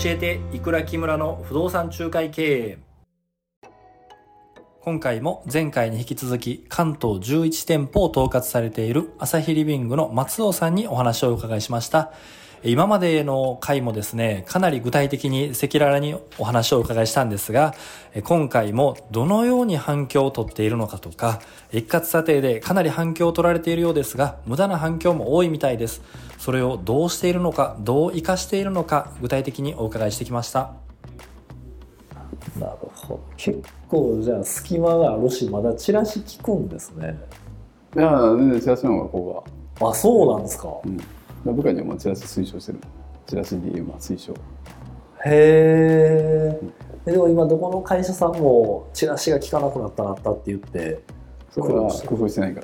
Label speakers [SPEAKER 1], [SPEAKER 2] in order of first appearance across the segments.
[SPEAKER 1] えていくら木村の不動産仲介経営。今回も前回に引き続き関東11店舗を統括されているアサヒリビングの松尾さんにお話をお伺いしました。今までの回もですね、かなり具体的に赤裸々にお話をお伺いしたんですが、今回もどのように反響を取っているのかとか、一括査定でかなり反響を取られているようですが、無駄な反響も多いみたいです。それをどうしているのか、どう活かしているのか、具体的にお伺いしてきました。
[SPEAKER 2] なるほど。結構じゃあ隙間があるし、まだチラシ聞くんですね。
[SPEAKER 3] いや全然チラシの方がここ
[SPEAKER 2] あ、そうなんですか。
[SPEAKER 3] 部下にはもうチラシ推奨してる。チラシ DM は推奨。
[SPEAKER 2] へえ。でも今どこの会社さんもチラシが効かなくなったって言って、
[SPEAKER 3] それは工夫してないから。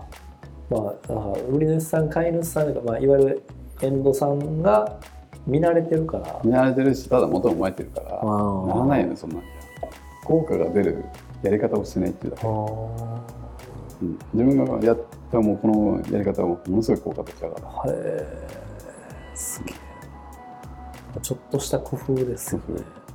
[SPEAKER 2] 売り主さん買い主さんが、いわゆるエンドさんが見慣れてるから。
[SPEAKER 3] 見慣れてるし、ただ元も前てるから、ならないよね、そんなんじゃ。効果が出るやり方をしてないっていうだけ。自分がやったもうこのやり方はものすごい効果的だから。
[SPEAKER 2] へえ、すげえ。ちょっとした工夫ですよ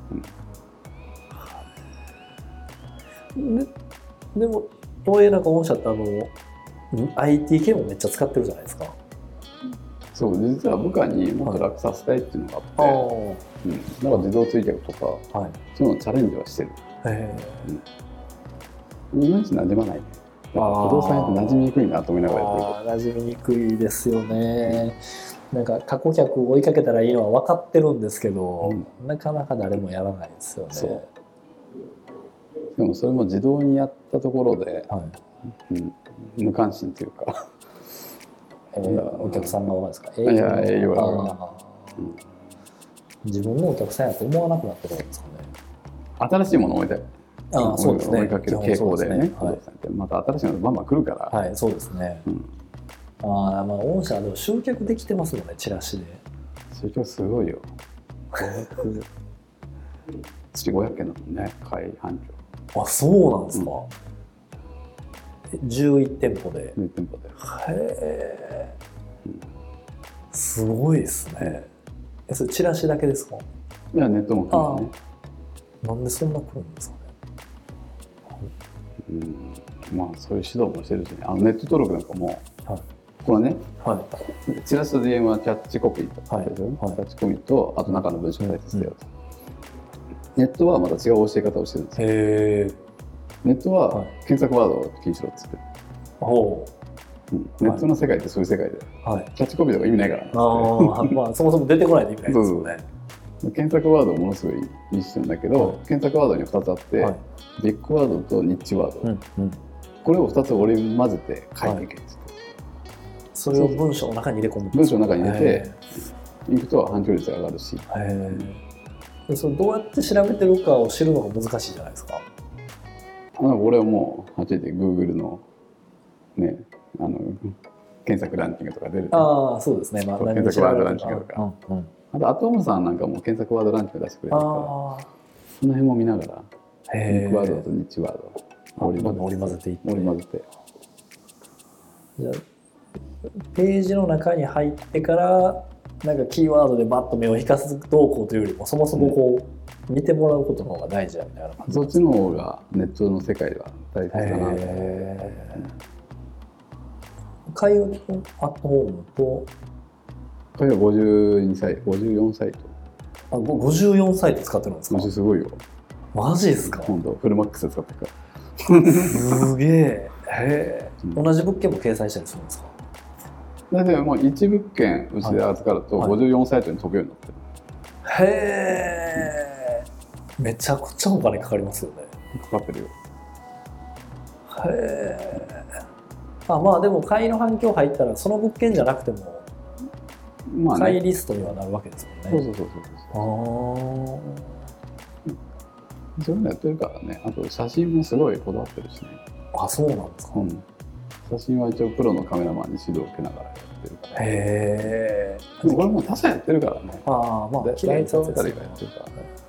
[SPEAKER 2] ね。でも東映なんかおっしゃったIT 系もめっちゃ使ってるじゃないですか。
[SPEAKER 3] そう、実は部下にもっと楽させたいっていうのがあって、だから自動追脚とか、そういうのチャレンジはしてる。いまいち馴染まない。不動産屋って馴染みにくいなと思いながらやってる。
[SPEAKER 2] 馴染みにくいですよね。なんか過去客を追いかけたらいいのは分かってるんですけど、なかなか誰もやらないですよね。
[SPEAKER 3] でもそれも自動にやったところで、無関心というか
[SPEAKER 2] お客さんが多いですか？
[SPEAKER 3] いや、営業が
[SPEAKER 2] 自分のお客さんやと思わなくなってくるんですかね。
[SPEAKER 3] 新しいものを置いて
[SPEAKER 2] そうですね、
[SPEAKER 3] 追いかける傾向でね、また新しいのがバンバン来るから。
[SPEAKER 2] はい、そうですね。御社でも集客できてますもんね、チラシで。
[SPEAKER 3] 集客すごいよ。月500件だもんね、会反響。
[SPEAKER 2] あ、そうなんですか。11店舗で。
[SPEAKER 3] 11店舗で。
[SPEAKER 2] へえ、すごいですね。それチラシだけですか？
[SPEAKER 3] いや、ネットも来るね。
[SPEAKER 2] なんでそんな来るんですかね。
[SPEAKER 3] そういう指導もしてるしね。ネット登録なんかも、これね、チラシと DM はキャッチコピーと、キャッチコピーと、あと中の文章解説だよと。ネットはまた違う教え方をしてるんですよ。ネットは検索ワードを禁止しろっつって。ネットの世界ってそういう世界で、キャッチコピーとか意味ないからな。
[SPEAKER 2] そもそも出てこないと意味ないですよね。
[SPEAKER 3] 検索ワードものすごい意識なんだけど、検索ワードに2つあって、ビッグワードとニッチワード。これを2つ織り交ぜて書いていけるんです。
[SPEAKER 2] それを文章の中に入れ込む。
[SPEAKER 3] 文章の中に入れていくと反響率が上がるし。
[SPEAKER 2] それどうやって調べてるかを知るのが難しいじゃないですか。
[SPEAKER 3] 俺はもうはっきり言って Google のね、検索ランキングとか出る。
[SPEAKER 2] そうですね。
[SPEAKER 3] 検索ワードランキングとか。あとアトムさんなんかも検索ワードランキング出してくれるから、その辺も見ながらビッグワードとニッチワード織り交ぜて。
[SPEAKER 2] じゃあページの中に入ってからなんかキーワードでバッと目を引かす動向というよりも、そもそもこう見てもらうことの方が大事だみたいな。
[SPEAKER 3] そっちの方がネットの世界では大切かな。
[SPEAKER 2] 海運アットホームと
[SPEAKER 3] これは52サイト、54サイト。
[SPEAKER 2] 54サイト使ってるんですか？
[SPEAKER 3] すごいよ。
[SPEAKER 2] マジですか？
[SPEAKER 3] 今度フルマックスで使ってるから。
[SPEAKER 2] すげえ。同じ物件も掲載したりするんですか？
[SPEAKER 3] でも1物件うちで預かると54サイトに飛ぶようになってる。
[SPEAKER 2] へえ。めちゃくちゃお金かかりますよね。
[SPEAKER 3] かかってるよ。
[SPEAKER 2] へえ。でも買いの反響入ったらその物件じゃなくても買いリストにはなるわけですもんね。
[SPEAKER 3] そういうのやってるからね。あと写真もすごいこだわってるしね。
[SPEAKER 2] そうなんですか。
[SPEAKER 3] 写真は一応プロのカメラマンに指導を受けながらやってるから。
[SPEAKER 2] へえ。
[SPEAKER 3] でもこれも他社やってるからね。
[SPEAKER 2] 綺麗に撮って
[SPEAKER 3] 誰かやってるから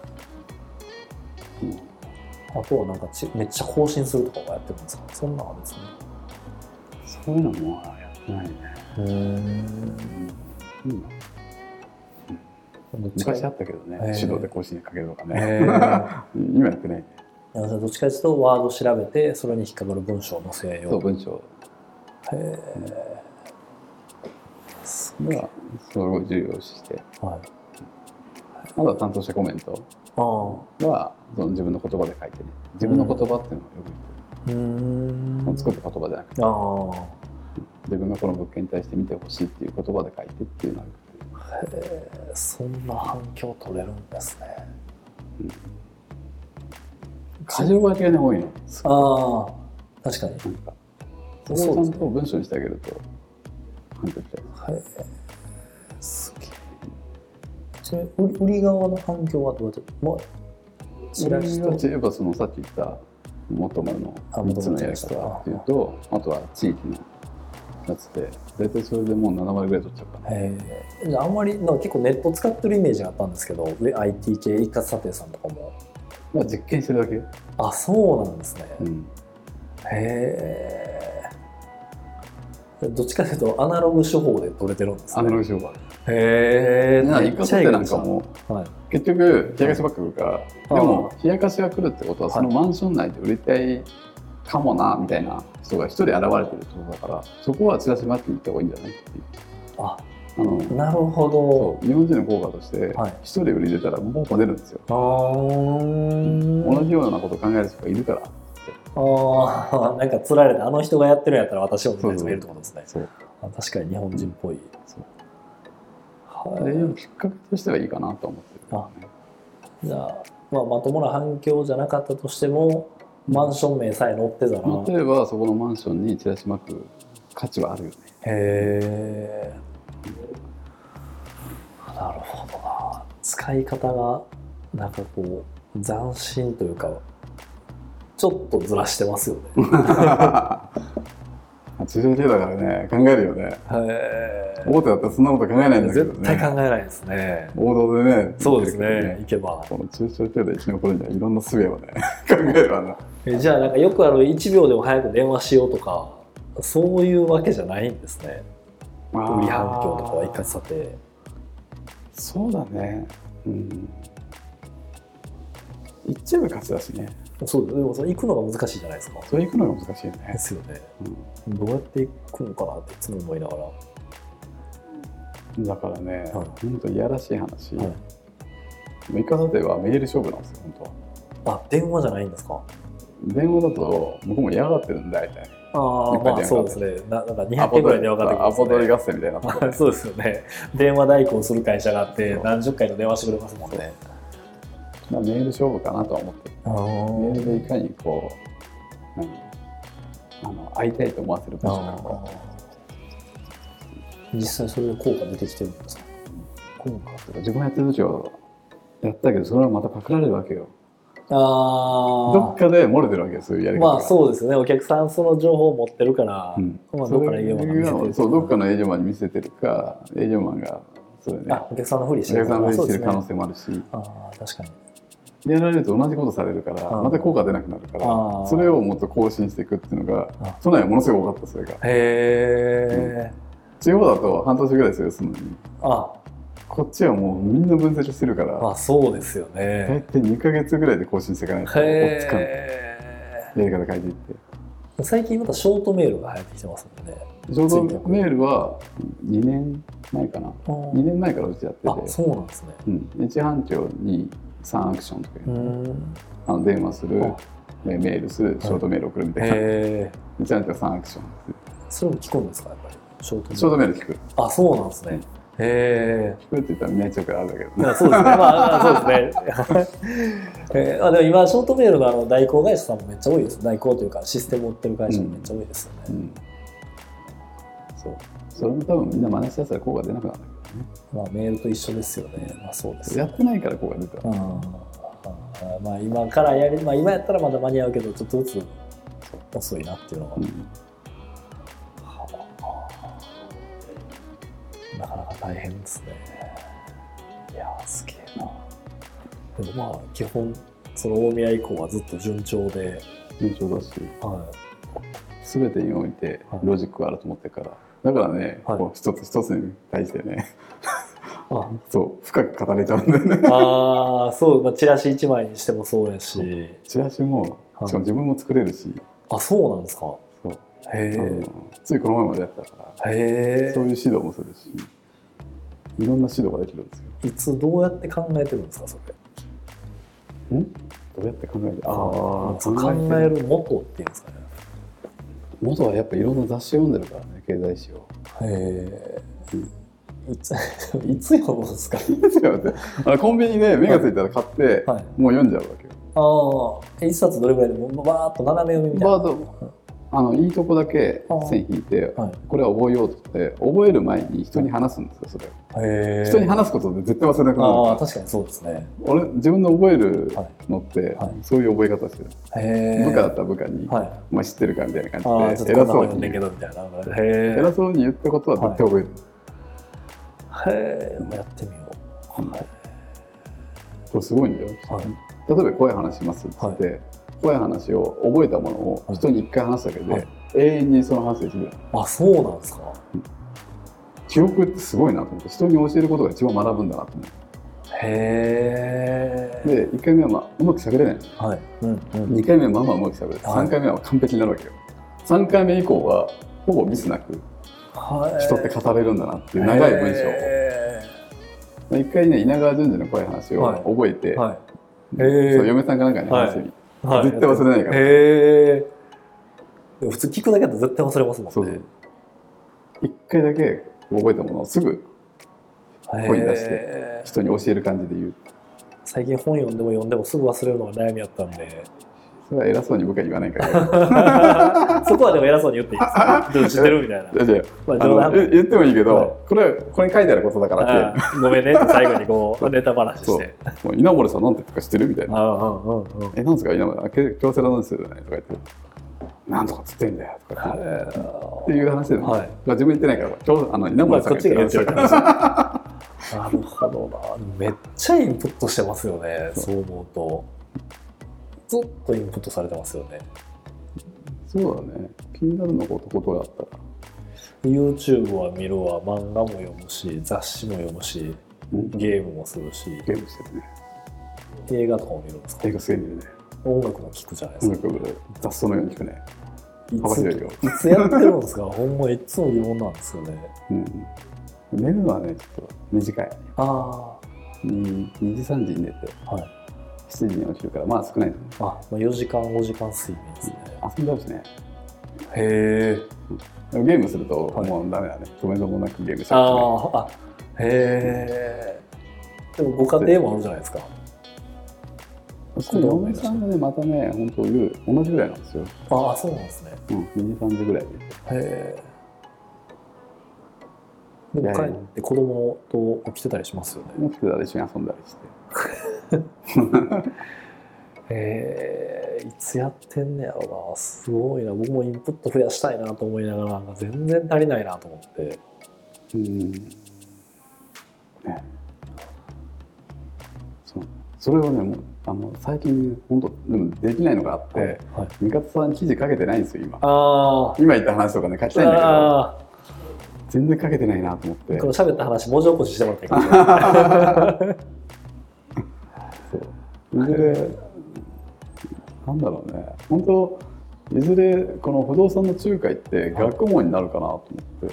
[SPEAKER 3] ね。
[SPEAKER 2] あとはなんかめっちゃ更新するとかもやってるんですか？そんなのですね。
[SPEAKER 3] そういうのもやってないね。 昔あったけどね、手動で更新かけるとかね。今やってないね。
[SPEAKER 2] どっちかというとワード調べてそれに引っかかる文章を載せよう。
[SPEAKER 3] そう、文章。がすごい重要視して、あとは担当者コメントはその自分の言葉で書いてね。自分の言葉っていうのをよく言ってる。作った言葉じゃなくて、自分がこの物件に対して見てほしいっていう言葉で書いてっていうのを言ってる。
[SPEAKER 2] そんな反響取れるんですね。
[SPEAKER 3] 箇条書きがね多いの。
[SPEAKER 2] 確かに。
[SPEAKER 3] そこをちゃんと文章にしてあげると反響したい。
[SPEAKER 2] すげえ。ちなみに売り側の反響はどうやって？
[SPEAKER 3] チラシとやっぱそのさっき言った元々の3つのやり方っていうと、あとは地域のやつで大体それでもう7割ぐらい取っちゃうから。
[SPEAKER 2] じゃああんまり結構ネット使ってるイメージがあったんですけど、IT 系一括査定さんとかも。
[SPEAKER 3] 実験してるだけ。
[SPEAKER 2] そうなんですね。どっちかというとアナログ手法で取れてるんですね。
[SPEAKER 3] アナログ手法。一括査定なんかも結局冷やかしばっか来るから、でも冷やかしが来るってことはそのマンション内で売りたいかもなみたいな人が一人現れてるってことだから、そこはチラシ待っていった方がいいんじゃないっていう。
[SPEAKER 2] なるほど。
[SPEAKER 3] 日本人の効果として一人売り出たらもう出るんですよ。同じようなことを考える人がいるから。
[SPEAKER 2] なんか釣られてあの人がやってるんやったら私もみたいな人がいるってことですね。確かに日本人っぽい。
[SPEAKER 3] きっかけとしてはいいかなと思ってる。
[SPEAKER 2] じゃあ、まともな反響じゃなかったとしてもマンション名さえ載ってたら、
[SPEAKER 3] 例えばそこのマンションにチラシ巻く価値はあるよね。
[SPEAKER 2] なるほどな。使い方がなんかこう斬新というかちょっとずらしてますよね。
[SPEAKER 3] 中小企業だからね、考えるよね。大手だったらそんなこと考えないんだけどね。
[SPEAKER 2] 絶対考えないですね。
[SPEAKER 3] 王道でね。
[SPEAKER 2] そうですね。行けば。
[SPEAKER 3] この中小企業で生き残るにはいろんな術をね、考えるわな。
[SPEAKER 2] じゃあなんかよく1秒でも早く電話しようとか、そういうわけじゃないんですね。売り反響とかは一括査定。
[SPEAKER 3] そうだね。行っちゃえば勝ちだしね。
[SPEAKER 2] そうでもそれ行くのが難しいじゃないですか。
[SPEAKER 3] それ行くのが難しいよね。
[SPEAKER 2] ですよね。どうやって行くのかなっていつも思いながら。
[SPEAKER 3] だからね、本当いやらしい話。一括査定はメール勝負なんですよ、本当は。
[SPEAKER 2] 電話じゃないんですか。
[SPEAKER 3] 電話だと僕も嫌がってるんで大体。
[SPEAKER 2] そうですね。なんか200件ぐらい電話かかってくるんですね。
[SPEAKER 3] アポ取り合戦みたいな。
[SPEAKER 2] そうですよね。電話代行する会社があって何十回の電話してくれますもんね。
[SPEAKER 3] メール勝負かなとは思ってる。メールでいかにこう会いたいと思わせる場所なのか。
[SPEAKER 2] 実際それで効果出てきてるんですか。
[SPEAKER 3] 効果っていうか自分がやってる時はやったけどそれはまたパクられるわけよ。どっかで漏れてるわけですよ、やり方が。
[SPEAKER 2] そうですね。お客さんその情報を持ってるから、どっかの営業マンが見せてる。
[SPEAKER 3] そう、どっかの営業マンに見せてるか、営業マンがそれね。
[SPEAKER 2] お客さんのふりしてる
[SPEAKER 3] 可能性もあるし。
[SPEAKER 2] 確かに。
[SPEAKER 3] やられると同じことされるからまた効果出なくなるから、それをもっと更新していくっていうのが都内はものすごい多かった。それが地方だと半年ぐらいそれするのに、こっちはもうみんな分析してるから、
[SPEAKER 2] そうですよね。
[SPEAKER 3] 大体2ヶ月ぐらいで更新していかないと追っつかない。やり方変えていって。
[SPEAKER 2] 最近またショートメールが流行ってきてますもんね。
[SPEAKER 3] ショートメールは2年前かな。2年前からうちやってて。
[SPEAKER 2] そうなんですね。
[SPEAKER 3] 1班長に3アクションとか電話する、メールする、ショートメール送るみたいな。1班長3アクション。
[SPEAKER 2] それも聞くんですか、やっぱり。ショ
[SPEAKER 3] ートメール聞く。
[SPEAKER 2] そうなんですね。
[SPEAKER 3] 聞くって言ったらみんなやっちゃうからあるんだけどね。
[SPEAKER 2] そうですね。でも今ショートメールの代行会社さんもめっちゃ多いです。代行というかシステムを売ってる会社もめっちゃ多いですよね。
[SPEAKER 3] それも多分みんな真似したやつは効果出なくなるんだけどね。
[SPEAKER 2] メールと一緒ですよね。そうです。
[SPEAKER 3] やってないから効果出た。
[SPEAKER 2] 今から今やったらまだ間に合うけどちょっとずつ遅いなっていうのが。なかなか大変ですね。いやすげえな。でも基本その大宮以降はずっと順調だし、
[SPEAKER 3] 全てにおいてロジックがあると思ってるから、だからね、一つ一つに対してね
[SPEAKER 2] あ、
[SPEAKER 3] そう深く語れちゃうんだよね。
[SPEAKER 2] ああ、そう、まあ、チラシ1枚にしてもそうやし。
[SPEAKER 3] チラシもしかも自分も作れるし、
[SPEAKER 2] あ、そうなんですか。
[SPEAKER 3] そう
[SPEAKER 2] へえ。
[SPEAKER 3] ついこの前までやってたから、
[SPEAKER 2] へえ。
[SPEAKER 3] そういう指導もするし、いろんな指導ができるんですよ。
[SPEAKER 2] いつどうやって考えてるんですか、それ。
[SPEAKER 3] どうやって考えて、
[SPEAKER 2] 考える元っていうんですかね。
[SPEAKER 3] 元はやっぱいろんな雑誌読んでるからね、経済誌を。
[SPEAKER 2] へえ。いつ読むんですか。
[SPEAKER 3] コンビニで目がついたら買って、
[SPEAKER 2] はい、
[SPEAKER 3] もう読んじゃうわけよ。
[SPEAKER 2] ああ、一冊どれぐらいでもバーッと斜め読みみたいな。
[SPEAKER 3] バーッといいとこだけ線引いて、
[SPEAKER 2] はい、
[SPEAKER 3] これは覚えようとして覚える前に人に話すんですよ、それを。
[SPEAKER 2] へえ。
[SPEAKER 3] 人に話すことで絶対忘れなくなる。
[SPEAKER 2] ああ、確かにそうですね。
[SPEAKER 3] 俺自分の覚えるのって、はい、そういう覚え方してる。
[SPEAKER 2] へえ。
[SPEAKER 3] 部下だったら部下に、はい、お前知ってるかみたいな感じで
[SPEAKER 2] 偉そうに
[SPEAKER 3] 偉そうに言ったことは絶対覚える。
[SPEAKER 2] へえ、やってみよう。
[SPEAKER 3] これすごいんだよ。例えば怖い話しますって言って、怖い話を覚えたものを人に一回話すだけで、永遠にその話できる。
[SPEAKER 2] あ、そうなんですか。
[SPEAKER 3] 記憶ってすごいなと思って、人に教えることが一番学ぶんだなと思って。
[SPEAKER 2] へえ。
[SPEAKER 3] で1回目はうまくしゃべれない。2回目はうまくしゃべれない。3回目は完璧になるわけよ。3回目以降はほぼミスなく人って語れるんだなっていう長い文章を。1回ね、稲川淳二の怖い話を覚えて、そう嫁さんかなんかに話してみて、絶対忘れないから。
[SPEAKER 2] でも普通聞くだけだと絶対忘れますもんね。
[SPEAKER 3] そう1回だけ覚えたものをすぐ声に出して人に教える感じで言う。
[SPEAKER 2] 最近本読んでもすぐ忘れるのが悩みやったんで。
[SPEAKER 3] それは偉そうに部下に言わないから
[SPEAKER 2] そこはでも偉そうに言っていいですか。知ってるみたいな。
[SPEAKER 3] 言ってもいいけど、これに書いてあることだからって
[SPEAKER 2] ごめんねって最後にこうネタ話して
[SPEAKER 3] 稲森さんなんて言うか知ってるみたいな。なんですか稲森さん京セラなんですよねとか言ってなんとかつってんだよとかっていう話で、自分言ってないから稲森さんが言ってるから。
[SPEAKER 2] なるほどな。めっちゃインプットしてますよね。そう思うとずっとインプットされてますよね。
[SPEAKER 3] そうだね。気になるのことがあったら
[SPEAKER 2] YouTube は見るわ、漫画も読むし、雑誌も読むし、ゲームもするし。
[SPEAKER 3] ゲームしてるね。
[SPEAKER 2] 映画とかも見るんですか。
[SPEAKER 3] 映画すげえ見るね。
[SPEAKER 2] 音楽も聴くじゃないですか。
[SPEAKER 3] 音楽雑草のように聴くね。
[SPEAKER 2] いつやってるんですか。ほんまいつも疑問なんですよね。
[SPEAKER 3] 寝るのはねちょっと短い。2時3時に寝て、7時に起きるからまあ少ないですね。
[SPEAKER 2] 4時間5時間睡眠ですね。
[SPEAKER 3] 遊んだりしね。
[SPEAKER 2] へえ。
[SPEAKER 3] ゲームするともうダメだね。止めどもなくゲームしちゃう。
[SPEAKER 2] へえ。でもご家庭もあるじゃないですか。
[SPEAKER 3] 嫁さんがねまたね本当夜同じぐらいなんですよ。
[SPEAKER 2] そうなんですね。
[SPEAKER 3] 2時3時ぐらいで。
[SPEAKER 2] へえ。でも帰って子供と起きてたりしますよね。
[SPEAKER 3] 起きてたら一緒に遊んだりして。
[SPEAKER 2] いつやってんねやろな。すごいな。僕もインプット増やしたいなと思いながら全然足りないなと思って。
[SPEAKER 3] それをねもう最近本当でもできないのがあって、味方さん記事書けてないんですよ今。今言った話とかね書きたいんだけど。全然書けてないなと思って。
[SPEAKER 2] この喋った話文字起こししてもらっていいかな。
[SPEAKER 3] いずれなんだろうね。本当いずれこの不動産の仲介って学問になるかなと思って。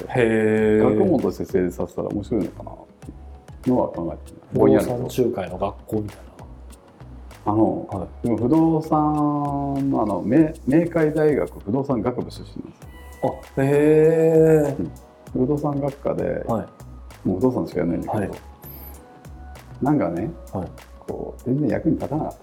[SPEAKER 3] 学問として成立させたら面白いのかなっていうのは考えてる。
[SPEAKER 2] 不動産仲介の学校みたいな。
[SPEAKER 3] でも不動産の明海大学不動産学部出身なんですよ。不動産学科で、もう不動産しかやらないんだけど、なんかね、こう全然役に立たなかった。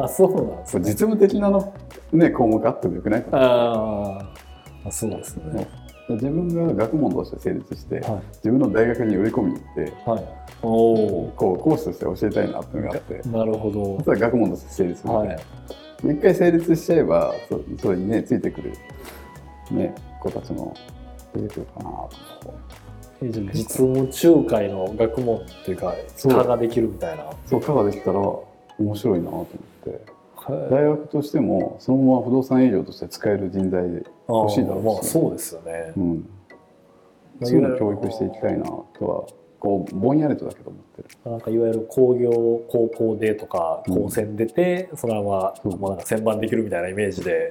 [SPEAKER 2] そうなんですね。
[SPEAKER 3] 実務的な項目あってもよくないかな。
[SPEAKER 2] そうですね。
[SPEAKER 3] 自分が学問として成立して、自分の大学に売り込みに行って、講師として教えたいなっていうのがあって。なるほど。それは学問として成立する。一回成立しちゃえばそれにねついてくる子たちも出てくるかなと。
[SPEAKER 2] 実務仲介の学問っていうか科ができるみたいな。
[SPEAKER 3] そう科ができたら面白いなと思って。大学としてもそのまま不動産営業として使える人材で欲しいだろうし。
[SPEAKER 2] そうですよね。
[SPEAKER 3] そういうの教育していきたいなとはこうぼんやりとだけど思ってる。
[SPEAKER 2] なんかいわゆる工業高校でとか高専出て、そのままもうなんか専番できるみたいなイメージで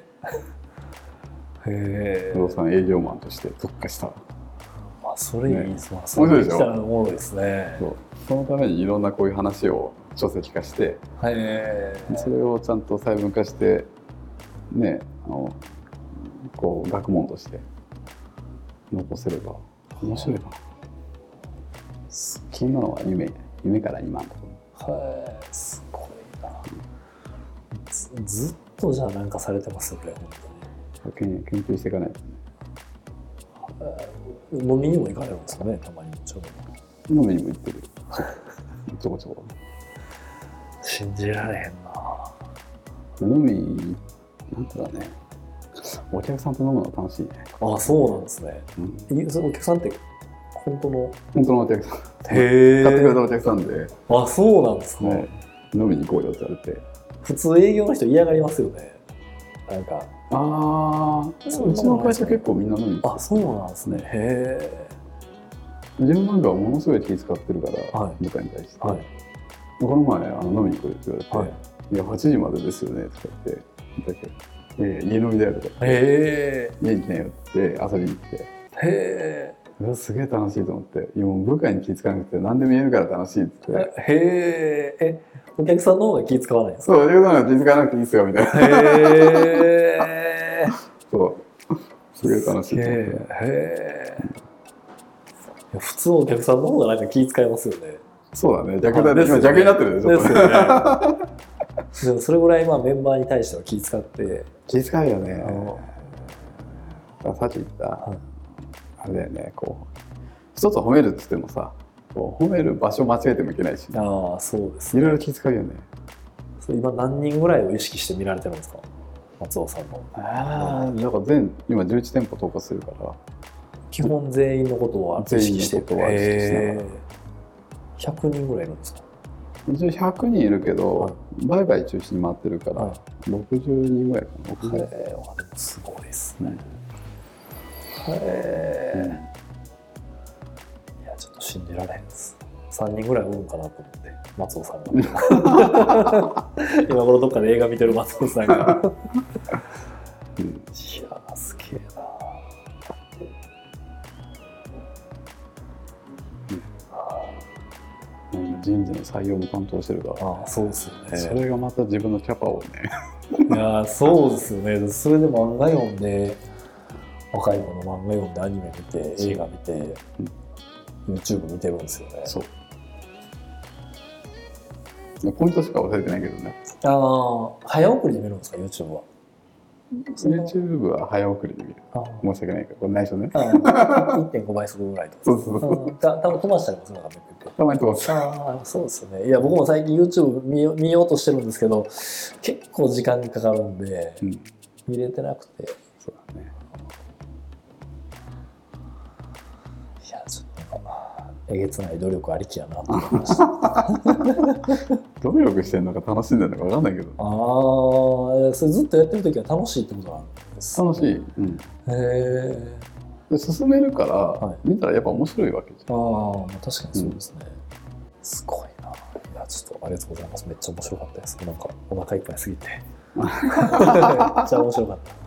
[SPEAKER 3] 不動産営業マンとして特化した。
[SPEAKER 2] それいいですね。
[SPEAKER 3] 面白いでしょ。
[SPEAKER 2] おもろいですね。
[SPEAKER 3] そのためにいろんなこういう話を書籍化して、それをちゃんと細分化してね、こう学問として残せれば面白いな。そんなのは夢から今のところ。
[SPEAKER 2] すごいな。ずっとじゃあなんかされてますよね、
[SPEAKER 3] 本当に。研究していかないとね。
[SPEAKER 2] 飲みにも行かれるんですかね、たまに。
[SPEAKER 3] 飲みにも行ってる。ちょこちょこ。
[SPEAKER 2] 信じられへんな。
[SPEAKER 3] 飲み、なんてだね。お客さんと飲むの楽しいね。
[SPEAKER 2] そうなんですね。そのお客さんって本当の
[SPEAKER 3] お客さん。
[SPEAKER 2] 買って
[SPEAKER 3] くれたお客さんで。
[SPEAKER 2] そうなんですか。
[SPEAKER 3] 飲みに行こうよって言われて。
[SPEAKER 2] 普通営業の人嫌がりますよね。なんか。
[SPEAKER 3] うちの会社結構みんな飲みに行って。
[SPEAKER 2] そうなんですね。
[SPEAKER 3] 自分なんかはものすごい気使ってるから、部下に対して。この前飲みに来るって言われて、いや8時までですよねとか言って、家飲みだよとか言って、家に来なよって遊びに行って、すげえ楽しいと思って、もう部下に気使わなくて何でも言えるから楽しいって。
[SPEAKER 2] お客さんの方が気使わないんです
[SPEAKER 3] か？そう、お客さんが気使わなくていいっすよみたいな。そう、すげえ楽しいと思って。
[SPEAKER 2] 普通お客さんの方がなんか気使いますよね。
[SPEAKER 3] そうだね、逆だね。今逆になってるでしょ。
[SPEAKER 2] でもそれぐらいメンバーに対しては気使って。
[SPEAKER 3] 気使うよね。さっき言った、あれだよね、こう一つ褒めるって言ってもさ、褒める場所間違えてもいけないし、
[SPEAKER 2] そうですね。
[SPEAKER 3] いろいろ気使うよね。
[SPEAKER 2] 今何人ぐらいを意識して見られてるんですか、松尾さんの。
[SPEAKER 3] だから今11店舗統括するから、
[SPEAKER 2] 基本全員のことは意識してる。100人ぐらいいるんですか？
[SPEAKER 3] 一応100人いるけど、売買中心に回ってるから、60人ぐらいかな。
[SPEAKER 2] すごいですね。いや、ちょっと信じられへんです。3人ぐらいおるんかなと思って、松尾さんが。今頃どっかで映画見てる松尾さんが。いやー、すげえな。
[SPEAKER 3] 人事の採用も担当してるから。
[SPEAKER 2] そうですよね。
[SPEAKER 3] それがまた自分のキャパをね。
[SPEAKER 2] いや、そうですよね。それで漫画読んで、若い子の漫画読んで、アニメ見て、映画見て、YouTube 見てるんですよね。
[SPEAKER 3] そう。ポイントしか忘れてないけどね。
[SPEAKER 2] 早送りで見るんですか、YouTube は。
[SPEAKER 3] YouTube は早送りで見る。申し訳ないけど、これ内緒ね。
[SPEAKER 2] 1.5 倍速ぐらいとか。
[SPEAKER 3] そうそうそう。
[SPEAKER 2] 多分飛ばしたりもするのかな。
[SPEAKER 3] たまに飛ばす。
[SPEAKER 2] そうですよね。いや、僕も最近 YouTube 見ようとしてるんですけど、結構時間かかるんで、見れてなくて。
[SPEAKER 3] そうだね。
[SPEAKER 2] いや、ちょっとえげつない努力ありきやなと思いました。
[SPEAKER 3] 努力してるのか楽しんでるのか分かんないけど。
[SPEAKER 2] それずっとやってる時は楽しいってことなんですか？
[SPEAKER 3] 楽しい。で進めるから、見たらやっぱ面白いわけじゃん。
[SPEAKER 2] 確かにそうですね。すごいな。いや、ちょっとありがとうございます。めっちゃ面白かったです。なんかお腹いっぱいすぎて。めっちゃ面白かった。